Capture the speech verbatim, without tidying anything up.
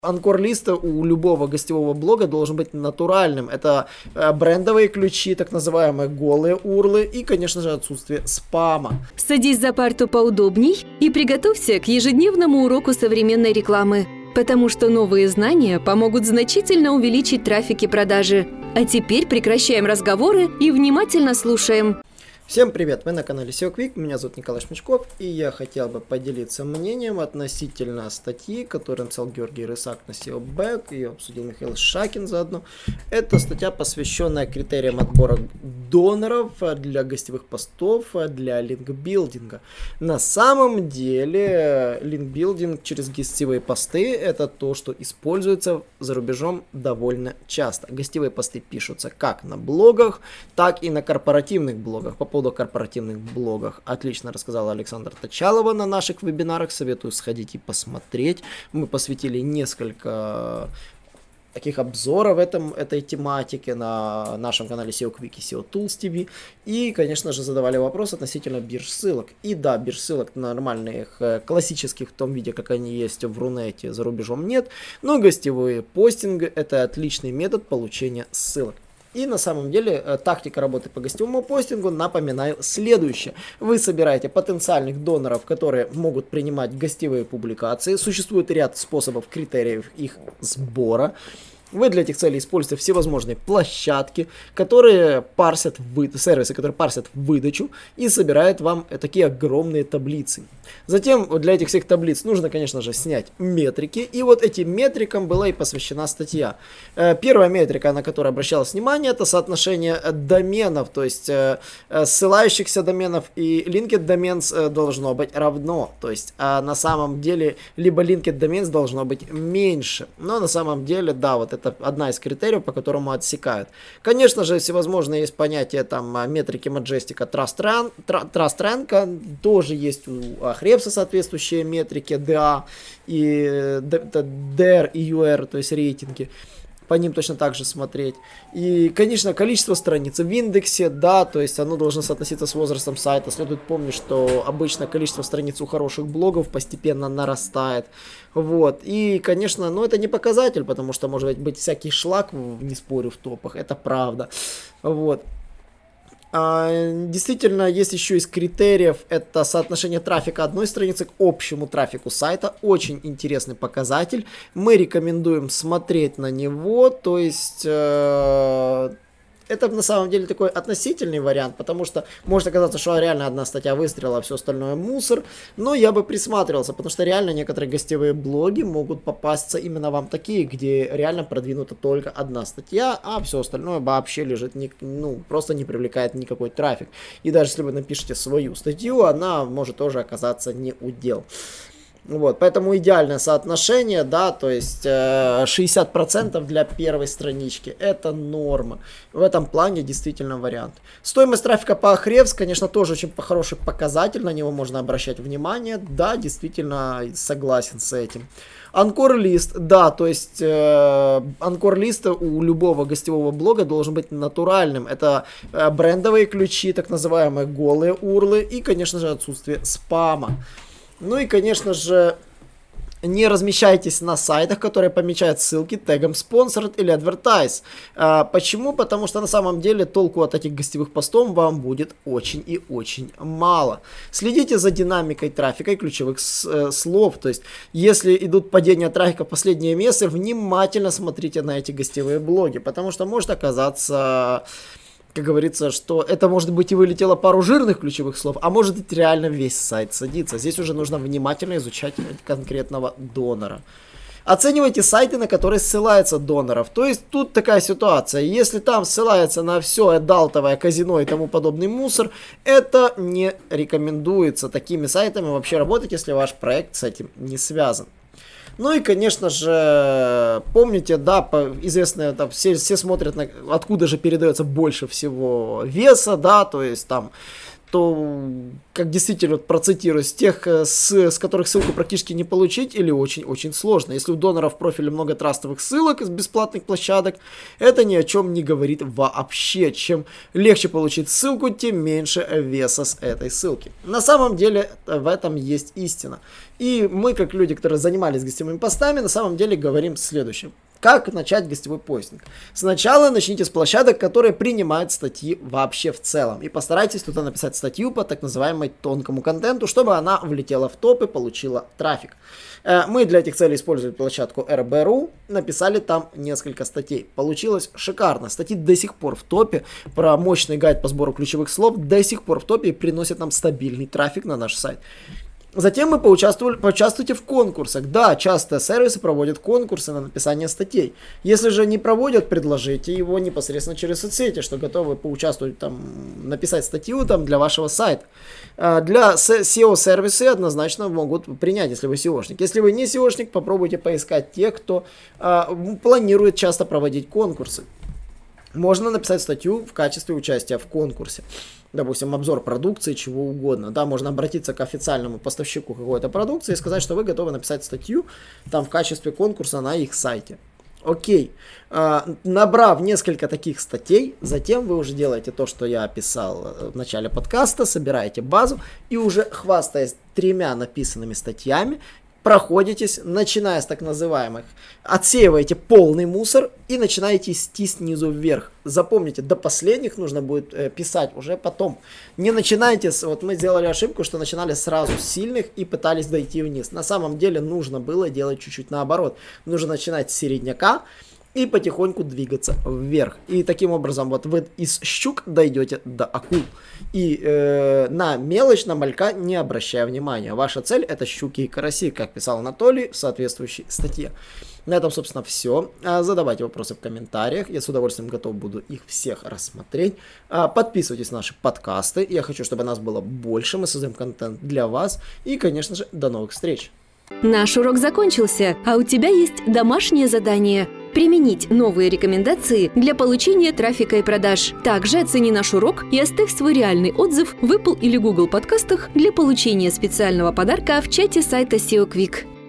Анкор-лист у любого гостевого блога должен быть натуральным. Это брендовые ключи, так называемые голые урлы и, конечно же, отсутствие спама. Садись за парту поудобней и приготовься к ежедневному уроку современной рекламы, потому что новые знания помогут значительно увеличить трафик и продажи. А теперь прекращаем разговоры и внимательно слушаем. Всем привет, вы на канале сео Quick, меня зовут Николай Шмичков, и я хотел бы поделиться мнением относительно статьи, которую написал Георгий Рысак на сео Back, ее обсудил Михаил Шакин заодно. Это статья, посвященная критериям отбора доноров для гостевых постов, для линкбилдинга. На самом деле, линкбилдинг через гостевые посты – это то, что используется за рубежом довольно часто. Гостевые посты пишутся как на блогах, так и на корпоративных блогах. По поводу корпоративных блогах отлично рассказала Александра Точалова на наших вебинарах, советую сходить и посмотреть. Мы посвятили несколько таких обзоров этом, этой тематике на нашем канале сео Quick и сео Tools ти ви. И, конечно же, задавали вопрос относительно бирж ссылок. И да, бирж ссылок нормальных, классических в том виде, как они есть в Рунете, за рубежом нет. Но гостевой постинг – это отличный метод получения ссылок. И на самом деле тактика работы по гостевому постингу, напоминаю, следующее. Вы собираете потенциальных доноров, которые могут принимать гостевые публикации. Существует ряд способов, критериев их сбора. Вы для этих целей используете всевозможные площадки, которые парсят вы... сервисы, которые парсят выдачу и собирают вам такие огромные таблицы. Затем для этих всех таблиц нужно, конечно же, снять метрики. И вот этим метрикам была и посвящена статья. Первая метрика, на которую обращалось внимание, это соотношение доменов, то есть ссылающихся доменов и linked domains должно быть равно. То есть на самом деле либо linked domains должно быть меньше. Но на самом деле, да, вот это Это одна из критериев, по которому отсекают. Конечно же, всевозможные есть понятия там метрики Majestic, Trust Rank, Trust Rank, тоже есть у Ahrefs соответствующие метрики, ди эй и ди ар и ю ар, то есть рейтинги. По ним точно так же смотреть. И, конечно, количество страниц в индексе, да, то есть оно должно соотноситься с возрастом сайта. Следует помнить, что обычно количество страниц у хороших блогов постепенно нарастает. Вот. И, конечно, ну это не показатель, потому что может быть всякий шлак, не спорю, в топах, это правда. Вот. А, действительно, есть еще из критериев, это соотношение трафика одной страницы к общему трафику сайта. Очень интересный показатель. Мы рекомендуем смотреть на него, то есть... Э Это на самом деле такой относительный вариант, потому что может оказаться, что реально одна статья выстрелила, а все остальное мусор. Но я бы присматривался, потому что реально некоторые гостевые блоги могут попасться именно вам такие, где реально продвинута только одна статья, а все остальное вообще лежит, не, ну, просто не привлекает никакой трафик. И даже если вы напишете свою статью, она может тоже оказаться не удел. Вот, поэтому идеальное соотношение, да, то есть э, шестьдесят процентов для первой странички, это норма. В этом плане действительно вариант. Стоимость трафика по Ahrefs, конечно, тоже очень хороший показатель, на него можно обращать внимание, да, действительно согласен с этим. Анкор-лист, да, то есть э, Анкор-лист у любого гостевого блога должен быть натуральным. Это э, брендовые ключи, так называемые голые урлы и, конечно же, отсутствие спама. Ну и, конечно же, не размещайтесь на сайтах, которые помечают ссылки тегом Sponsored или Advertise. А, почему? Потому что на самом деле толку от этих гостевых постов вам будет очень и очень мало. Следите за динамикой трафика и ключевых с, слов. То есть, если идут падения трафика в последние месяцы, внимательно смотрите на эти гостевые блоги, потому что может оказаться... Как говорится, что это может быть и вылетело пару жирных ключевых слов, а может быть реально весь сайт садится. Здесь уже нужно внимательно изучать конкретного донора. Оценивайте сайты, на которые ссылается доноров. То есть тут такая ситуация. Если там ссылается на все адалтовое, казино и тому подобный мусор, это не рекомендуется такими сайтами вообще работать, если ваш проект с этим не связан. Ну и, конечно же, помните, да, известно, там, все, все смотрят, на, откуда же передается больше всего веса, да, то есть там то, как действительно вот процитирую, с тех, с, с которых ссылку практически не получить или очень-очень сложно. Если у донора в профиле много трастовых ссылок из бесплатных площадок, это ни о чем не говорит вообще. Чем легче получить ссылку, тем меньше веса с этой ссылки. На самом деле в этом есть истина. И мы, как люди, которые занимались гостевыми постами, на самом деле говорим следующее. Как начать гостевой постинг? Сначала начните с площадок, которые принимают статьи вообще в целом. И постарайтесь туда написать статью по так называемому тонкому контенту, чтобы она влетела в топ и получила трафик. Мы для этих целей используем площадку эр бэ точка ру, написали там несколько статей. Получилось шикарно. Статьи до сих пор в топе. Про мощный гайд по сбору ключевых слов до сих пор в топе и приносят нам стабильный трафик на наш сайт. Затем мы поучаствовали, поучаствуйте в конкурсах. Да, часто сервисы проводят конкурсы на написание статей. Если же не проводят, предложите его непосредственно через соцсети, что готовы поучаствовать, там, написать статью там, для вашего сайта. Для сео-сервисы однозначно могут принять, если вы сеошник. Если вы не сеошник, попробуйте поискать тех, кто а, планирует часто проводить конкурсы. Можно написать статью в качестве участия в конкурсе. Допустим, обзор продукции, чего угодно. Да, можно обратиться к официальному поставщику какой-то продукции и сказать, что вы готовы написать статью там в качестве конкурса на их сайте. Окей. А, набрав несколько таких статей, затем вы уже делаете то, что я описал в начале подкаста, собираете базу и уже хвастаясь тремя написанными статьями, проходитесь, начиная с так называемых, отсеиваете полный мусор и начинаете идти снизу вверх. Запомните, до последних нужно будет э, писать уже потом. Не начинайте с... Вот мы сделали ошибку, что начинали сразу с сильных и пытались дойти вниз. На самом деле нужно было делать чуть-чуть наоборот. Нужно начинать с середняка и потихоньку двигаться вверх. И таким образом вот вы из щук дойдете до акул. И э, на мелочь, на малька не обращая внимания. Ваша цель это щуки и караси, как писал Анатолий в соответствующей статье. На этом, собственно, все. Задавайте вопросы в комментариях. Я с удовольствием готов буду их всех рассмотреть. Подписывайтесь на наши подкасты. Я хочу, чтобы нас было больше. Мы создаем контент для вас. И, конечно же, до новых встреч. Наш урок закончился, а у тебя есть домашнее задание – применить новые рекомендации для получения трафика и продаж. Также оцени наш урок и оставь свой реальный отзыв в Apple или Google подкастах для получения специального подарка в чате сайта сео Quick.